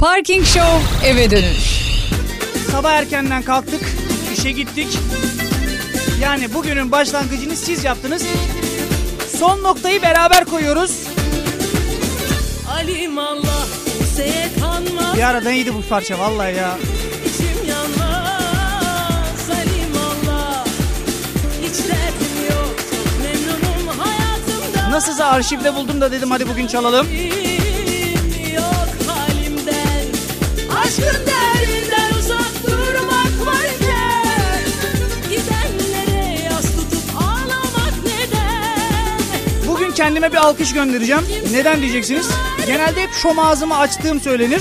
Parking Show eve dönüş. Sabah erkenden kalktık, işe gittik. Yani bugünün başlangıcını siz yaptınız. Son noktayı beraber koyuyoruz. Alimallah, kimseye kanmaz. Bir aradan iyiydi bu parça vallahi ya. İçim yanmaz. Alimallah, hiç derdim yok. Çok memnunum hayatımda. Nasılsa arşivde buldum da dedim hadi bugün çalalım. Yok halimden, aşkın derinden uzak durmak varken gidenlere yas tutup ağlamak neden? Bugün kendime bir alkış göndereceğim. Neden diyeceksiniz? Genelde hep şom ağzımı açtığım söylenir.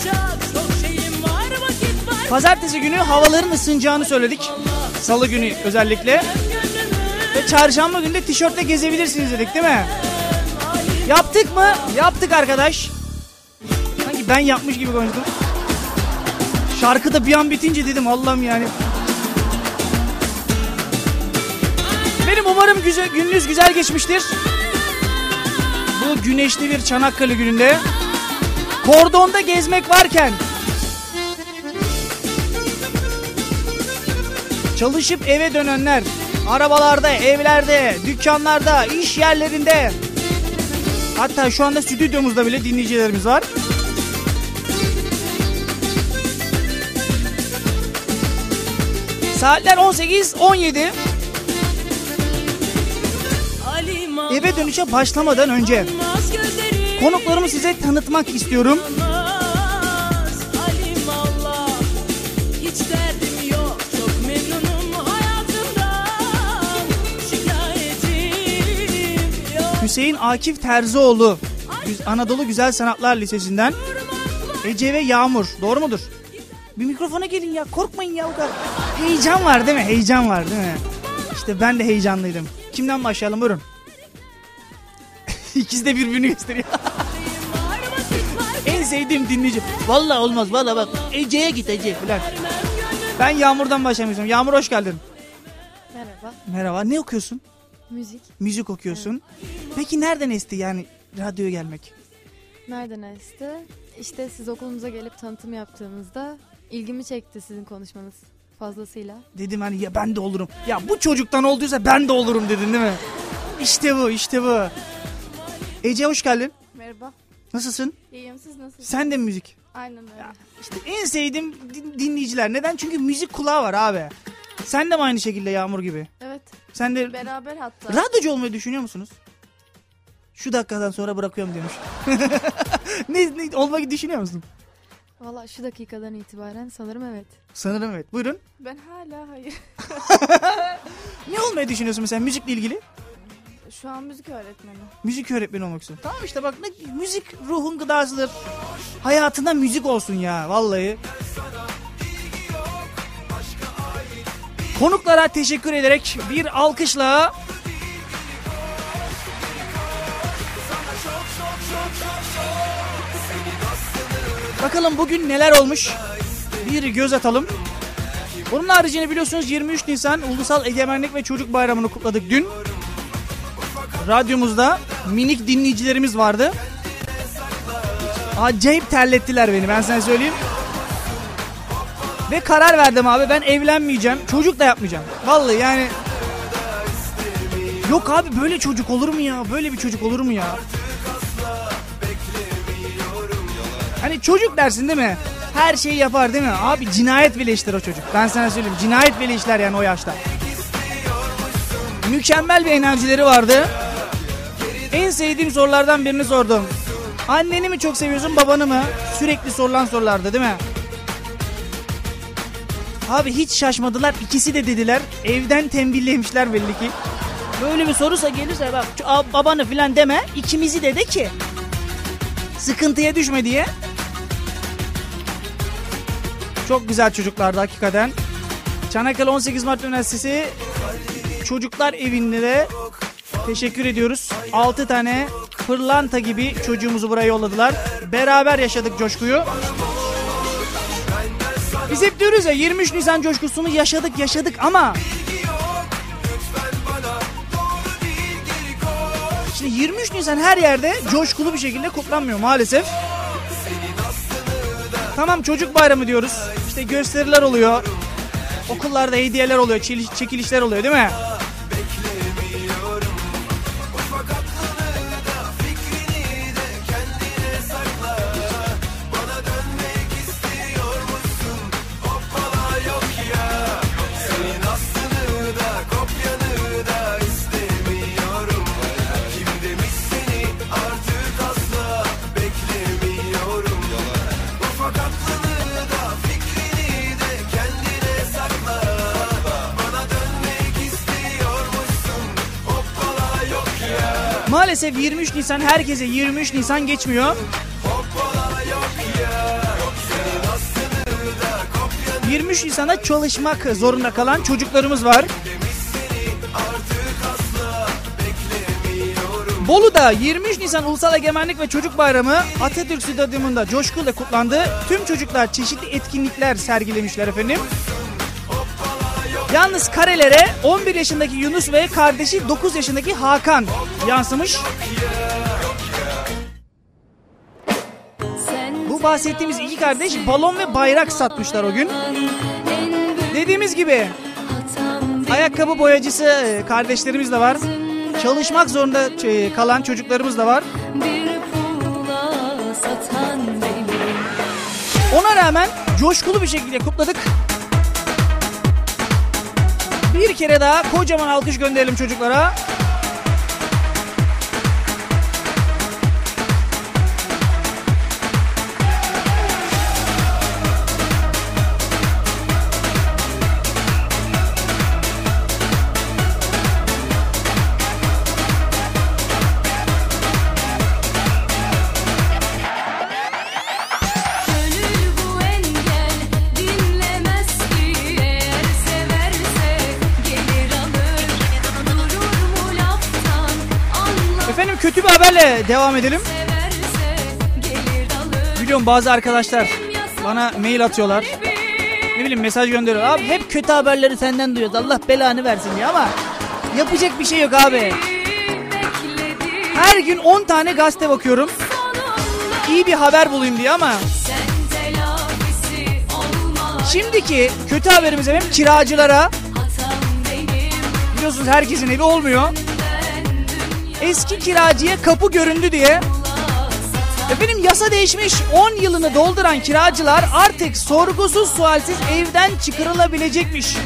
Pazartesi günü havaların ısınacağını söyledik. Salı günü özellikle. Ve çarşamba günü de tişörtle gezebilirsiniz dedik değil mi? Yaptık mı? Yaptık arkadaş. Sanki ben yapmış gibi konuştum. Şarkı da bir an bitince dedim Allah'ım yani. Benim umarım gününüz güzel geçmiştir. Bu güneşli bir Çanakkale gününde kordonda gezmek varken çalışıp eve dönenler, arabalarda, evlerde, dükkanlarda, iş yerlerinde, hatta şu anda stüdyomuzda bile dinleyicilerimiz var. Saatler 18:17. Eve dönüşe başlamadan önce konuklarımı size tanıtmak istiyorum. Hüseyin Akif Terzioğlu, Anadolu Güzel Sanatlar Lisesi'nden Ece ve Yağmur. Doğru mudur? Bir mikrofona gelin ya, korkmayın ya o kadar. Heyecan var değil mi? Heyecan var değil mi? İşte ben de heyecanlıydım. Kimden başlayalım, buyurun. İkisi de birbirini gösteriyor. En sevdiğim dinleyici. Vallahi olmaz, vallahi bak Ece'ye git Ece falan. Ben Yağmur'dan başlamışım. Yağmur hoş geldin. Merhaba. Merhaba. Ne okuyorsun? Müzik. Müzik okuyorsun. Evet. Peki nereden esti yani radyoya gelmek? Nereden esti? İşte siz okulumuza gelip tanıtım yaptığımızda ilgimi çekti sizin konuşmanız fazlasıyla. Dedim hani ya ben de olurum. Ya bu çocuktan olduysa ben de olurum dedin değil mi? İşte bu, işte bu. Ece hoş geldin. Merhaba. Nasılsın? İyiyim, siz nasılsınız? Sen de mi müzik? Aynen öyle. Ya işte en sevdiğim dinleyiciler. Neden? Çünkü müzik kulağı var abi. Sen de mi aynı şekilde Yağmur gibi? Evet. Sen de Beraber hatta. radyocu olmayı düşünüyor musunuz? Şu dakikadan sonra bırakıyorum demiş. ne olmayı düşünüyor musun? Valla şu dakikadan itibaren sanırım evet. Sanırım evet. Buyurun. Ben hala hayır. Ne olmayı düşünüyorsun mesela müzikle ilgili? Şu an müzik öğretmeni. Müzik öğretmeni olmak istiyorum. Tamam işte bak müzik ruhun gıdasıdır. Hayatında müzik olsun ya vallahi. Konuklara teşekkür ederek bir alkışla bakalım bugün neler olmuş bir göz atalım. Bunun haricinde biliyorsunuz 23 Nisan Ulusal Egemenlik ve Çocuk Bayramı'nı kutladık dün. Radyomuzda minik dinleyicilerimiz vardı. Acayip terlettiler beni, ben sana söyleyeyim. Ve karar verdim abi, ben evlenmeyeceğim, çocuk da yapmayacağım. Vallahi yani. Yok abi böyle çocuk olur mu ya? Böyle bir çocuk olur mu ya? Hani çocuk dersin değil mi? Her şeyi yapar değil mi? Abi cinayet bile işler o çocuk. Ben sana söyleyeyim, cinayet bile işler yani o yaşta. Mükemmel bir enerjileri vardı. En sevdiğim sorulardan birini sordum. Anneni mi çok seviyorsun, babanı mı? Sürekli sorulan sorulardı değil mi? Abi hiç şaşmadılar, ikisi de dediler. Evden tembihlemişler belli ki. Böyle bir sorusa gelirse bak babanı filan deme, ikimizi de ki sıkıntıya düşme diye. Çok güzel çocuklardı hakikaten. Çanakkale 18 Mart Üniversitesi Çocuklar Evi'nde de teşekkür ediyoruz. 6 tane pırlanta gibi çocuğumuzu buraya yolladılar. Beraber yaşadık coşkuyu. Biz hep diyoruz ya 23 Nisan coşkusunu yaşadık ama şimdi 23 Nisan her yerde coşkulu bir şekilde kutlanmıyor maalesef. Tamam, çocuk bayramı diyoruz. İşte gösteriler oluyor. Okullarda hediyeler oluyor, çekilişler oluyor değil mi? Maalesef 23 Nisan herkese 23 Nisan geçmiyor. 23 Nisan'da çalışmak zorunda kalan çocuklarımız var. Bolu'da 23 Nisan Ulusal Egemenlik ve Çocuk Bayramı Atatürk Stadyumunda coşkuyla kutlandı. Tüm çocuklar çeşitli etkinlikler sergilemişler efendim. Yalnız karelere 11 yaşındaki Yunus ve kardeşi 9 yaşındaki Hakan yansımış. Bu bahsettiğimiz iki kardeş balon ve bayrak satmışlar o gün. Dediğimiz gibi ayakkabı boyacısı kardeşlerimiz de var. Çalışmak zorunda kalan çocuklarımız da var. Ona rağmen coşkulu bir şekilde kutladık. Bir kere daha kocaman alkış gönderelim çocuklara. Kötü bir haberle devam edelim. Biliyorum bazı arkadaşlar bana mail atıyorlar. Ne bileyim mesaj gönderiyor. Abi hep kötü haberleri senden duyuyoruz. Allah belanı versin ya, ama yapacak bir şey yok abi. Her gün 10 tane gazete bakıyorum. İyi bir haber bulayım diye ama şimdiki kötü haberimiz hem kiracılara, biliyorsunuz herkesin evi olmuyor. Eski kiracıya kapı göründü diye. Efendim yasa değişmiş. 10 yılını dolduran kiracılar artık sorgusuz sualsiz evden çıkarılabilecekmiş.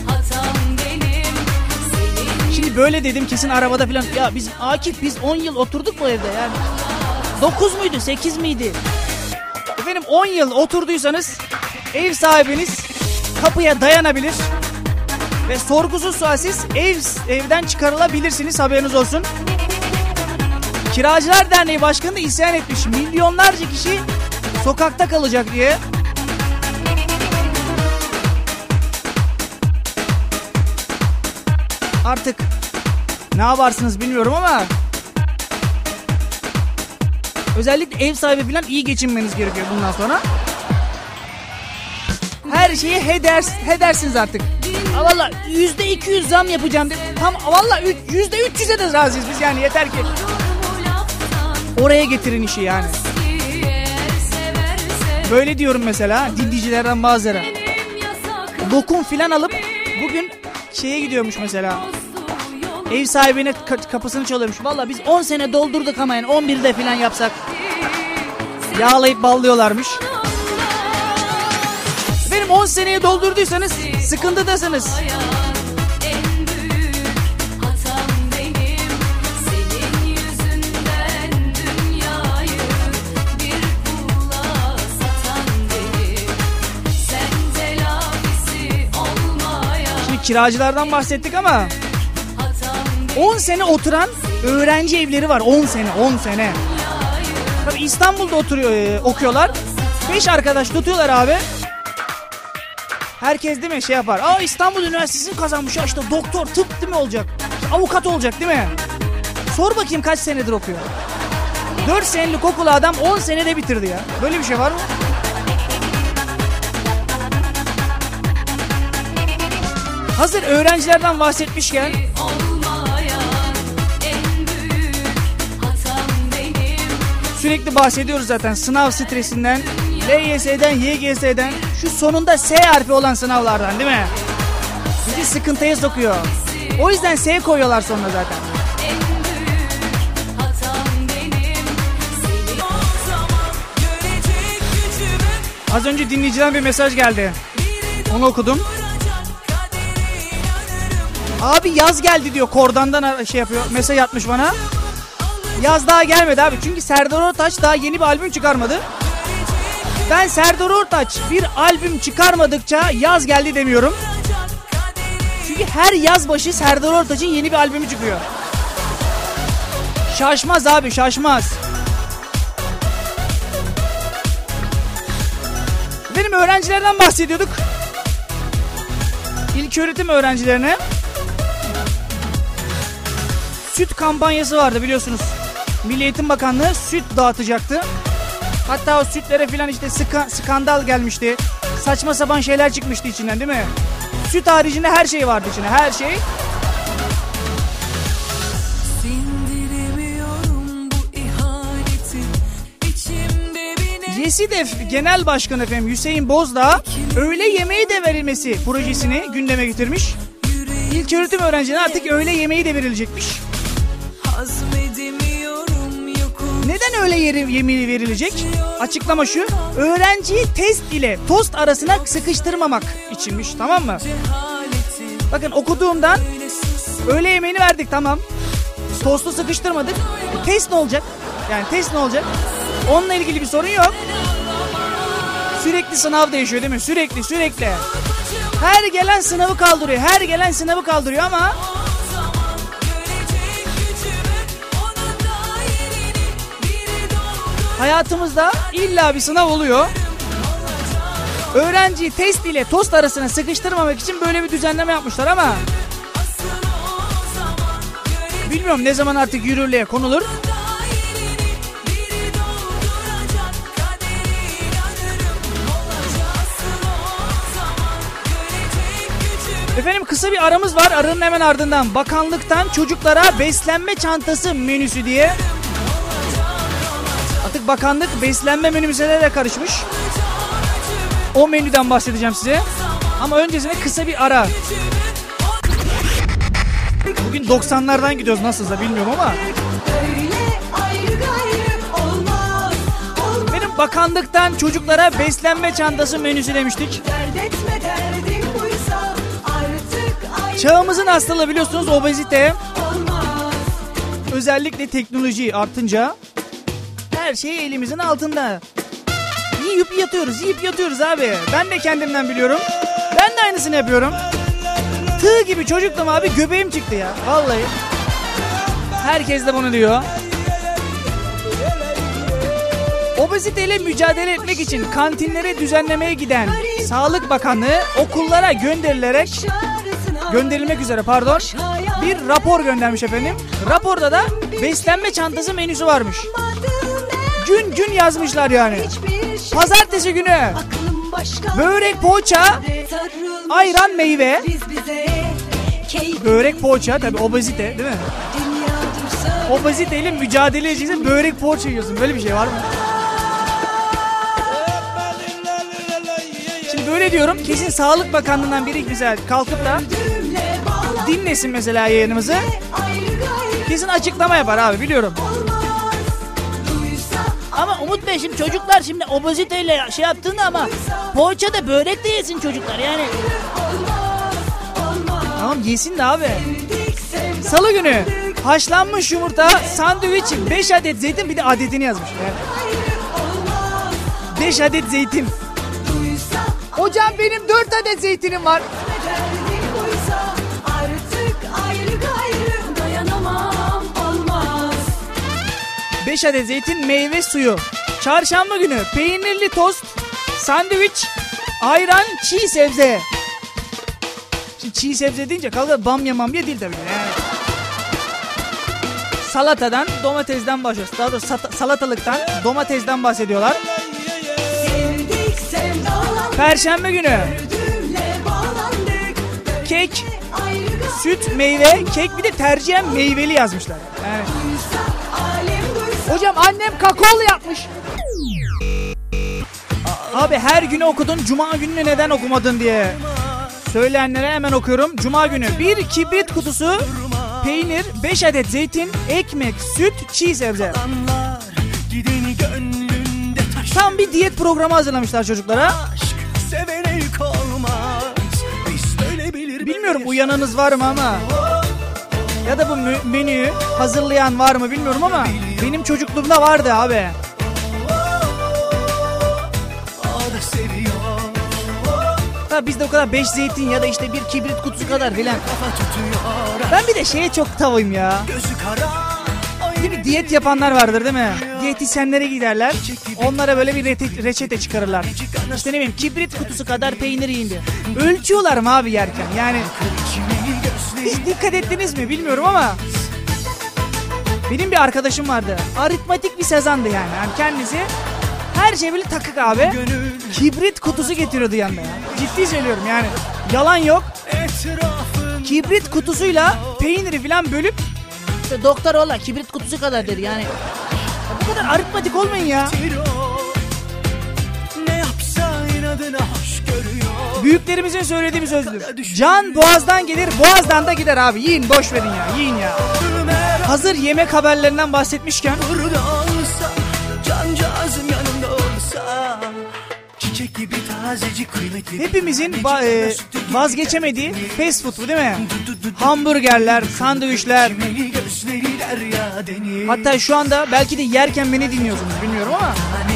Şimdi böyle dedim kesin arabada falan. Ya biz Akif biz 10 yıl oturduk bu evde yani. 9 muydu 8 miydi? Efendim 10 yıl oturduysanız ev sahibiniz kapıya dayanabilir. Ve sorgusuz sualsiz evden çıkarılabilirsiniz, haberiniz olsun. Kiracılar Derneği Başkanı da isyan etmiş. Milyonlarca kişi sokakta kalacak diye. Artık ne yaparsınız bilmiyorum ama özellikle ev sahibi falan iyi geçinmeniz gerekiyor bundan sonra. Her şeyi hedersiniz artık. Valla %200 zam yapacağım dedi. Tam valla %300'e de razıyız biz yani, yeter ki oraya getirin işi yani. Böyle diyorum mesela dinleyicilerden bazıları. Lokum filan alıp bugün şeye gidiyormuş mesela. Ev sahibine kapısını çalıyormuş. Valla biz 10 sene doldurduk ama yani 11'de filan yapsak. Yağlayıp ballıyorlarmış. Benim 10 seneyi doldurduysanız sıkıntıdasınız. Şimdi kiracılardan bahsettik ama 10 sene oturan öğrenci evleri var. 10 sene. Tabii İstanbul'da okuyorlar. 5 arkadaş tutuyorlar abi. Herkes değil mi şey yapar. Aa İstanbul Üniversitesi'ni kazanmış ya, işte doktor, tıp değil mi olacak? Avukat olacak değil mi? Sor bakayım kaç senedir okuyor. 4 senelik okulu adam 10 senede bitirdi ya. Böyle bir şey var mı? Hazır öğrencilerden bahsetmişken sürekli bahsediyoruz zaten sınav stresinden LYS'den, YGS'den, şu sonunda S harfi olan sınavlardan değil mi? Bizi sıkıntıya sokuyor. O yüzden S koyuyorlar sonuna zaten. Az önce dinleyiciden bir mesaj geldi. Onu okudum. Abi yaz geldi diyor. Kordan'dan şey yapıyor. Mesaj atmış bana. Yaz daha gelmedi abi. Çünkü Serdar Ortaç daha yeni bir albüm çıkarmadı. Ben Serdar Ortaç bir albüm çıkarmadıkça yaz geldi demiyorum. Çünkü her yaz başı Serdar Ortaç'ın yeni bir albümü çıkıyor. Şaşmaz abi, şaşmaz. Benim öğrencilerden bahsediyorduk. İlköğretim öğrencilerine süt kampanyası vardı biliyorsunuz. Milli Eğitim Bakanlığı süt dağıtacaktı. Hatta o sütlere filan işte skandal gelmişti. Saçma sapan şeyler çıkmıştı içinden değil mi? Süt haricinde her şey vardı içine, her şey. YESİDEF Genel Başkanı efendim Hüseyin Bozdağ öğle yemeği de verilmesi projesini gündeme getirmiş. İlköğretim öğrencilerine artık öğle yemeği de verilecekmiş. Neden öğle yemeği verilecek? Açıklama şu: öğrenciyi test ile tost arasına sıkıştırmamak içinmiş, tamam mı? Bakın okuduğumdan öğle yemeğini verdik, tamam. Tostu sıkıştırmadık. Test ne olacak? Yani test ne olacak? Onunla ilgili bir sorun yok. Sürekli sınav değişiyor değil mi? Sürekli. Her gelen sınavı kaldırıyor. Ama hayatımızda illa bir sınav oluyor. Öğrenciyi test ile tost arasına sıkıştırmamak için böyle bir düzenleme yapmışlar ama bilmiyorum ne zaman artık yürürlüğe konulur. Efendim kısa bir aramız var. Aranın hemen ardından bakanlıktan çocuklara beslenme çantası menüsü diye. Artık bakanlık beslenme menümüze de karışmış. O menüden bahsedeceğim size. Ama öncesinde kısa bir ara. Bugün 90'lardan gidiyoruz nasılsa bilmiyorum ama. Benim bakanlıktan çocuklara beslenme çantası menüsü demiştik. Çağımızın hastalığı biliyorsunuz obezite. Özellikle teknoloji artınca her şey elimizin altında. Yiyip yatıyoruz abi. Ben de kendimden biliyorum. Ben de aynısını yapıyorum. Tığ gibi çocuktum abi, göbeğim çıktı ya. Vallahi. Herkes de bunu diyor. Obeziteyle mücadele etmek için kantinlere düzenlemeye giden Sağlık Bakanlığı okullara gönderilmek üzere bir rapor göndermiş efendim. Raporda da beslenme çantası menüsü varmış. Gün yazmışlar yani. Pazartesi günü börek, poğaça, ayran, meyve. Börek, poğaça tabi obezite değil mi? Obeziteyle mücadele edeceksin, börek, poğaça yiyorsun. Böyle bir şey var mı? Şimdi böyle diyorum, kesin Sağlık Bakanlığı'ndan biri güzel kalkıp da dinlesin mesela yayınımızı. Kesin açıklama yapar abi, biliyorum. Ama Umut Bey şimdi çocuklar şimdi obeziteyle şey yaptığında ama poğaça da börek de yesin çocuklar yani. Tamam yesin de abi. Salı günü haşlanmış yumurta, sandviç, 5 adet zeytin, bir de adetini yazmış. Yani. 5 adet zeytin. Hocam benim 4 adet zeytinim var. 5 adet zeytin, meyve suyu. Çarşamba günü peynirli tost, sandviç, ayran, çiğ sebze. Şimdi çiğ sebze deyince kalka bamya mamya değil tabii yani. Salatadan, domatesden bahsediyorlar. Daha doğrusu salatalıktan, domatesden bahsediyorlar. Perşembe günü kek, süt, meyve, kek, bir de tercihen meyveli yazmışlar. Yani. Hocam annem kakaolu yapmış. Abi her günü okudun, cuma gününü neden okumadın diye söyleyenlere hemen okuyorum. Cuma günü 1 kibrit kutusu, peynir, 5 adet zeytin, ekmek, süt, çiğ sebze. Tam bir diyet programı hazırlamışlar çocuklara. Bilmiyorum uyanınız var mı ama, ya da bu menüyü hazırlayan var mı bilmiyorum ama benim çocukluğumda vardı abi. Tabii bizde o kadar 5 zeytin ya da işte bir kibrit kutusu kadar filan. Ben bir de şeye çok tavayım ya. Bir diyet yapanlar vardır değil mi? Diyetisyenlere giderler. Onlara böyle bir reçete çıkarırlar. İşte ne bileyim kibrit kutusu kadar peynir yiyin diye. Ölçüyorlar mı abi yerken? Yani hiç dikkat ettiniz mi bilmiyorum ama benim bir arkadaşım vardı. Aritmatik bir sezandı yani. Yani kendisi her şey böyle takık abi. Kibrit kutusu getiriyordu yanında ya. Ciddi söylüyorum yani. Yalan yok. Kibrit kutusuyla peyniri falan bölüp işte doktor ola kibrit kutusu kadar dedi yani. Ya bu kadar aritmatik olmayın ya. Büyüklerimizin söylediği bir sözdür. Can boğazdan gelir, boğazdan da gider abi. Yiyin, boş verin ya, yiyin ya. Hazır yemek haberlerinden bahsetmişken hepimizin vazgeçemediği fast food bu değil mi? Hamburgerler, sandviçler. Hatta şu anda belki de yerken beni dinliyorsunuz bilmiyorum ama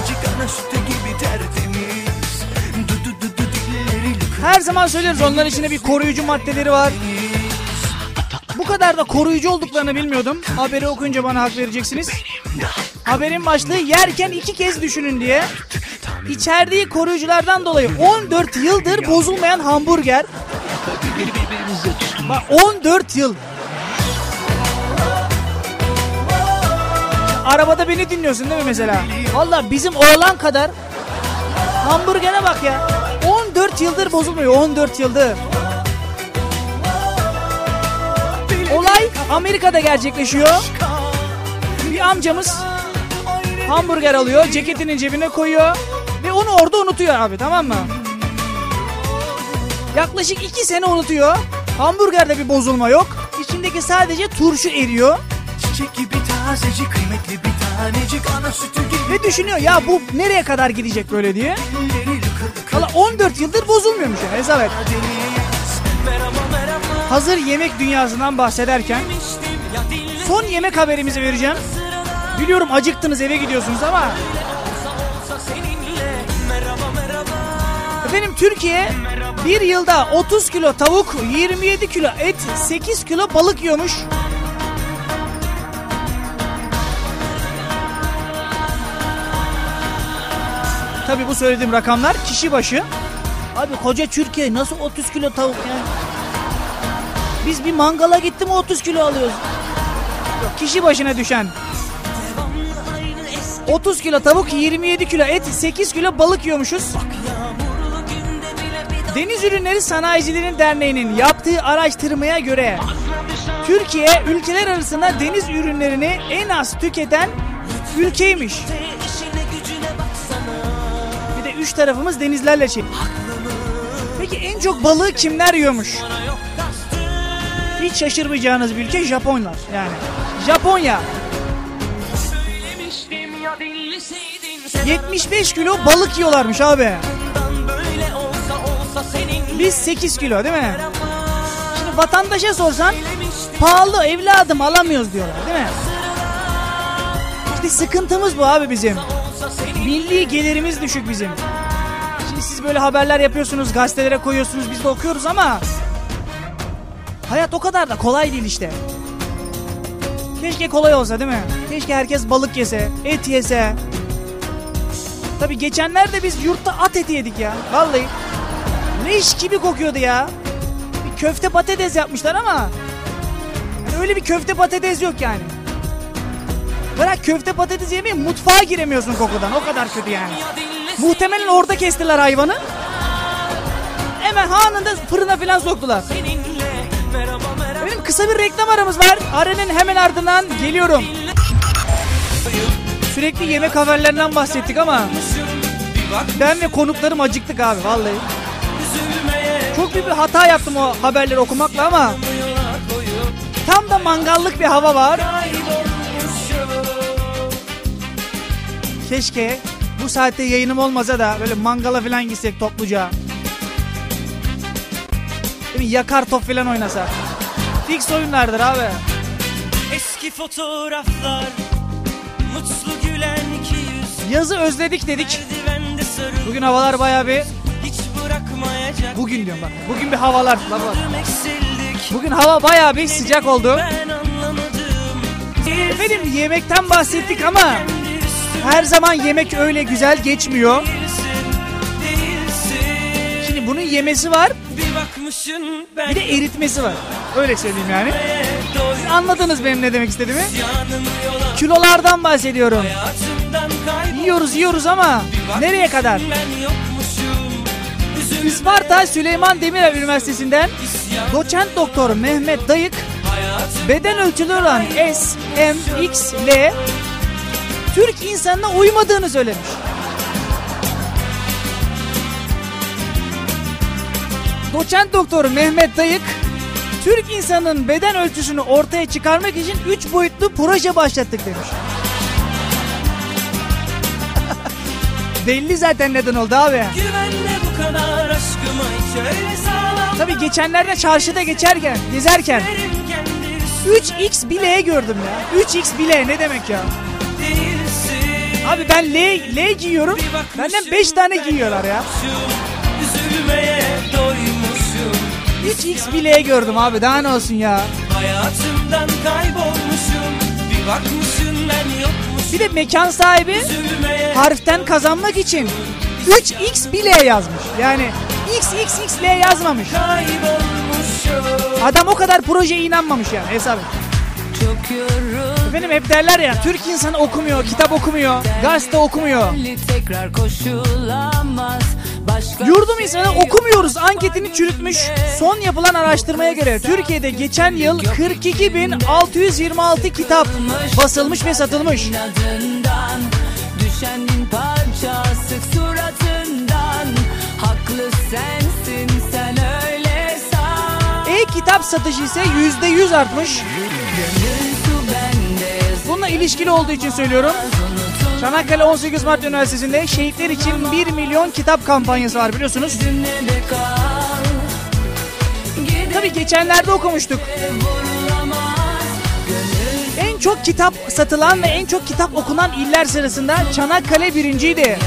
her zaman söyleriz onların içinde bir koruyucu maddeleri var. Bu kadar da koruyucu olduklarını bilmiyordum. Haberi okuyunca bana hak vereceksiniz. Haberin başlığı yerken 2 kez düşünün diye. İçerdiği koruyuculardan dolayı 14 yıldır bozulmayan hamburger. Bak 14 yıl. Arabada beni dinliyorsun değil mi mesela? Vallahi bizim oğlan kadar hamburgere bak ya. 14 yıldır bozulmuyor. 14 yıldır. Olay Amerika'da gerçekleşiyor. Bir amcamız hamburger alıyor, ceketinin cebine koyuyor ve onu orada unutuyor abi, tamam mı? Yaklaşık 2 sene unutuyor. Hamburgerde bir bozulma yok. İçindeki sadece turşu eriyor. Ve düşünüyor ya bu nereye kadar gidecek böyle diye. Valla 14 yıldır bozulmuyormuş ya, hesap et. Hazır yemek dünyasından bahsederken son yemek haberimizi vereceğim. Biliyorum acıktınız, eve gidiyorsunuz ama efendim Türkiye bir yılda 30 kilo tavuk, 27 kilo et, 8 kilo balık yiyormuş. Tabii bu söylediğim rakamlar kişi başı. Abi koca Türkiye nasıl 30 kilo tavuk yani? Biz bir mangala gitti mi 30 kilo alıyoruz. Yok, kişi başına düşen 30 kilo tavuk, 27 kilo et, 8 kilo balık yiyormuşuz. Deniz Ürünleri Sanayicilerin Derneği'nin yaptığı araştırmaya göre Türkiye ülkeler arasında deniz ürünlerini en az tüketen ülkeymiş. Bir de 3 tarafımız denizlerle çevrili. Peki en çok balığı kimler yiyormuş? Hiç şaşırmayacağınız bir ülke Japonlar. Yani Japonya. 75 kilo balık yiyorlarmış abi. Biz 8 kilo değil mi? Şimdi vatandaşa sorsan pahalı evladım alamıyoruz diyorlar değil mi? İşte sıkıntımız bu abi bizim. Milli gelirimiz düşük bizim. Şimdi siz böyle haberler yapıyorsunuz, gazetelere koyuyorsunuz, biz de okuyoruz ama hayat o kadar da kolay değil işte. Keşke kolay olsa değil mi? Keşke herkes balık yese, et yese. Tabii geçenlerde biz yurtta at eti yedik ya. Vallahi leş gibi kokuyordu ya. Bir köfte patates yapmışlar ama yani öyle bir köfte patates yok yani. Bırak köfte patates yemeyi, mutfağa giremiyorsun kokudan. O kadar kötü yani. Muhtemelen orada kestiler hayvanı. Hemen anında fırına falan soktular. Benim kısa bir reklam aramız var. Aranın hemen ardından geliyorum. Sürekli yemek haberlerinden bahsettik ama Ben ve konuklarım acıktık abi vallahi. Çok büyük bir hata yaptım o haberleri okumakla ama tam da mangallık bir hava var. Keşke bu saatte yayınım olmasa da böyle mangala falan gitsek topluca. Değil mi? Yakar top falan oynasa. Fix oyunlardır abi. Eski fotoğraflar, mutlu gülen iki yüz. Yazı özledik dedik. Merdivende sarılıp Bugün havalar bayağı bir... hiç bırakmayacak. Bugün diyorum bak. Bugün bir havalar. Bak. Eksildik. Bugün hava bayağı bir sıcak oldu. Ben anlamadım. Efendim yemekten bahsettik ama her zaman yemek öyle güzel geçmiyor. Şimdi bunun yemesi var, Bir bakmışın ben bir de eritmesi var. Öyle söyleyeyim yani. Siz anladınız benim ne demek istediğimi. Kilolardan bahsediyorum. Yiyoruz ama nereye kadar? Isparta Süleyman Demirel Üniversitesi'nden doçent doktor Mehmet Dayık beden ölçüleri olan SMXL Türk insanına uymadığını söylemiş. Doçent doktor Mehmet Dayık Türk insanının beden ölçüsünü ortaya çıkarmak için 3 boyutlu proje başlattık demiş. Belli zaten neden oldu abi. Güvenle bu kadar aşkıma hiç öyle sağlam. Tabii geçenlerde çarşıda gezerken 3x bileği gördüm ya. 3x bileği ne demek ya? Abi ben L giyiyorum. Benden 5 tane giyiyorlar ya. Üzülmeye doymuşum. 3x bileği gördüm abi daha ne olsun ya. Hayatımdan kaybolmuşum. Bir bakmışsın ben yokmuşum. Bir de mekan sahibi harften kazanmak için 3x bileği yazmış. Yani XXXL yazmamış. Adam o kadar projeye inanmamış yani hesap et. Efendim hep derler ya Türk insanı okumuyor, kitap okumuyor, gazete okumuyor. Yurdum insanı okumuyoruz anketini çürütmüş. Son yapılan araştırmaya göre Türkiye'de geçen yıl 42.626 kitap basılmış ve satılmış. Düşenin parçası suratından. Haklı sensin sen öyle san. E-kitap satışı ise %100 artmış. Bununla ilişkili olduğu için söylüyorum. Çanakkale 18 Mart Üniversitesi'nde şehitler için 1 milyon kitap kampanyası var biliyorsunuz. Tabii geçenlerde okumuştuk. En çok kitap satılan ve en çok kitap okunan iller sırasında Çanakkale birinciydi.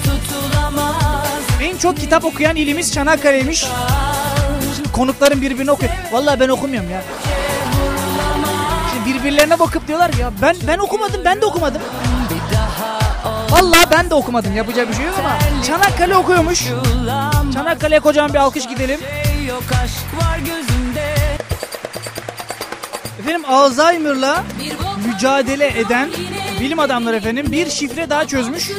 En çok kitap okuyan ilimiz Çanakkale'ymiş. Şimdi konukların birbirini okuyor. Vallahi ben okumuyorum ya. Şimdi birbirlerine bakıp diyorlar ya ben okumadım, ben de okumadım. Vallahi ben de okumadım, yapacak bir şey yok ama Çanakkale okuyormuş. Çanakkale'ye kocaman bir alkış gidelim. Efendim Alzheimer'la mücadele eden bilim adamları efendim bir şifre daha çözmüş.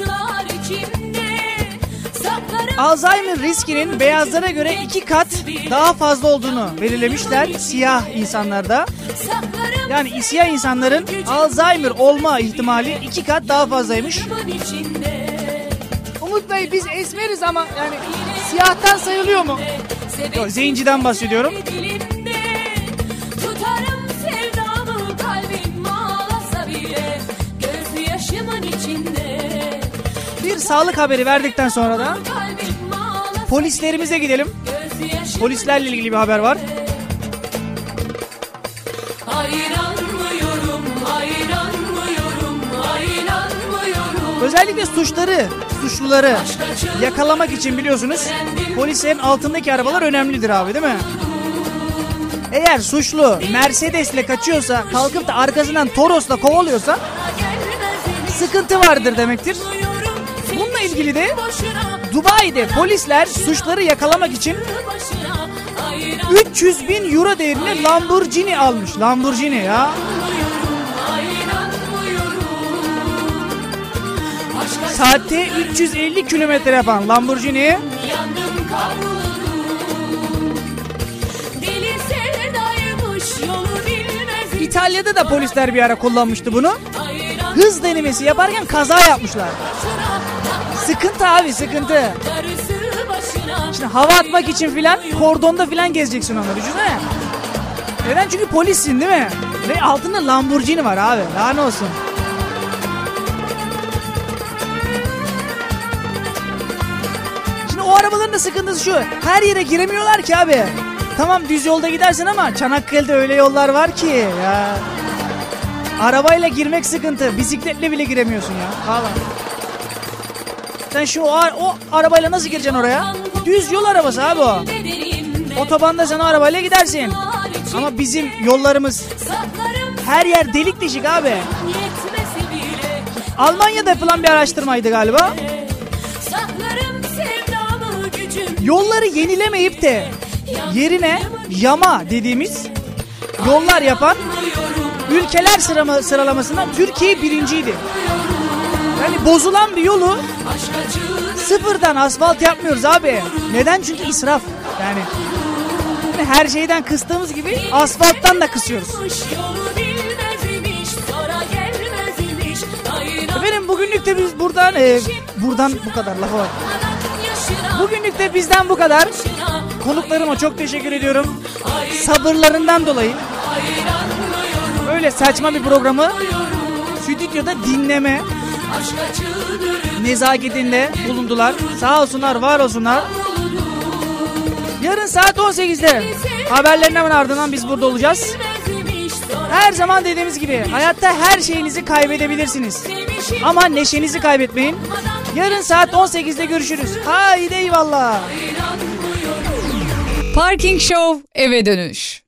Alzheimer riskinin beyazlara göre 2 kat daha fazla olduğunu belirlemişler siyah insanlarda. Yani siyah insanların Alzheimer olma ihtimali 2 kat daha fazlaymış. Umut Bey biz esmeriz ama yani siyahtan sayılıyor mu? Yok, zenciden bahsediyorum. Bir sağlık haberi verdikten sonra da polislerimize gidelim. Polislerle ilgili bir haber var. Özellikle suçluları yakalamak için biliyorsunuz polislerin altındaki arabalar önemlidir abi değil mi? Eğer suçlu Mercedes'le kaçıyorsa kalkıp da arkasından Toros'la kovalıyorsa sıkıntı vardır demektir. Bununla ilgili de Dubai'de polisler suçları yakalamak için 300.000 euro değerinde Lamborghini almış. Lamborghini ya. Saatte 350 kilometre yapan Lamborghini. İtalya'da da polisler bir ara kullanmıştı bunu. Hız denemesi yaparken kaza yapmışlar. Sıkıntı abi, sıkıntı. Darısı başına. Şimdi hava atmak için filan kordonda filan gezeceksin onları, düşünsene. Neden? Çünkü polissin değil mi? Ve altında Lamborghini var abi. Daha ne olsun. Şimdi o arabaların da sıkıntısı şu. Her yere giremiyorlar ki abi. Tamam düz yolda gidersin ama Çanakkale'de öyle yollar var ki ya. Arabayla girmek sıkıntı. Bisikletle bile giremiyorsun ya. Vallahi. Sen şu o arabayla nasıl gireceksin oraya? Düz yol arabası abi o. Otobanda sen o arabayla gidersin. Ama bizim yollarımız her yer delik deşik abi. Almanya'da yapılan bir araştırmaydı galiba. Yolları yenilemeyip de yerine yama dediğimiz yollar yapan ülkeler sıralamasında Türkiye birinciydi. Yani bozulan bir yolu sıfırdan asfalt yapmıyoruz abi. Neden? Çünkü israf. Yani her şeyden kıstığımız gibi asfalttan da kısıyoruz. Efendim bugünlük de biz buradan bu kadar lafa bak. Bugünlük de bizden bu kadar. Konuklarıma çok teşekkür ediyorum. Sabırlarından dolayı. Öyle saçma bir programı stüdyoda dinleme nezaketinde bulundular. Sağ olsunlar, var olsunlar. Yarın saat 18'de haberlerin hemen ardından biz burada olacağız. Her zaman dediğimiz gibi hayatta her şeyinizi kaybedebilirsiniz. Ama neşenizi kaybetmeyin. Yarın saat 18'de görüşürüz. Haydi eyvallah. Parking Show eve dönüş.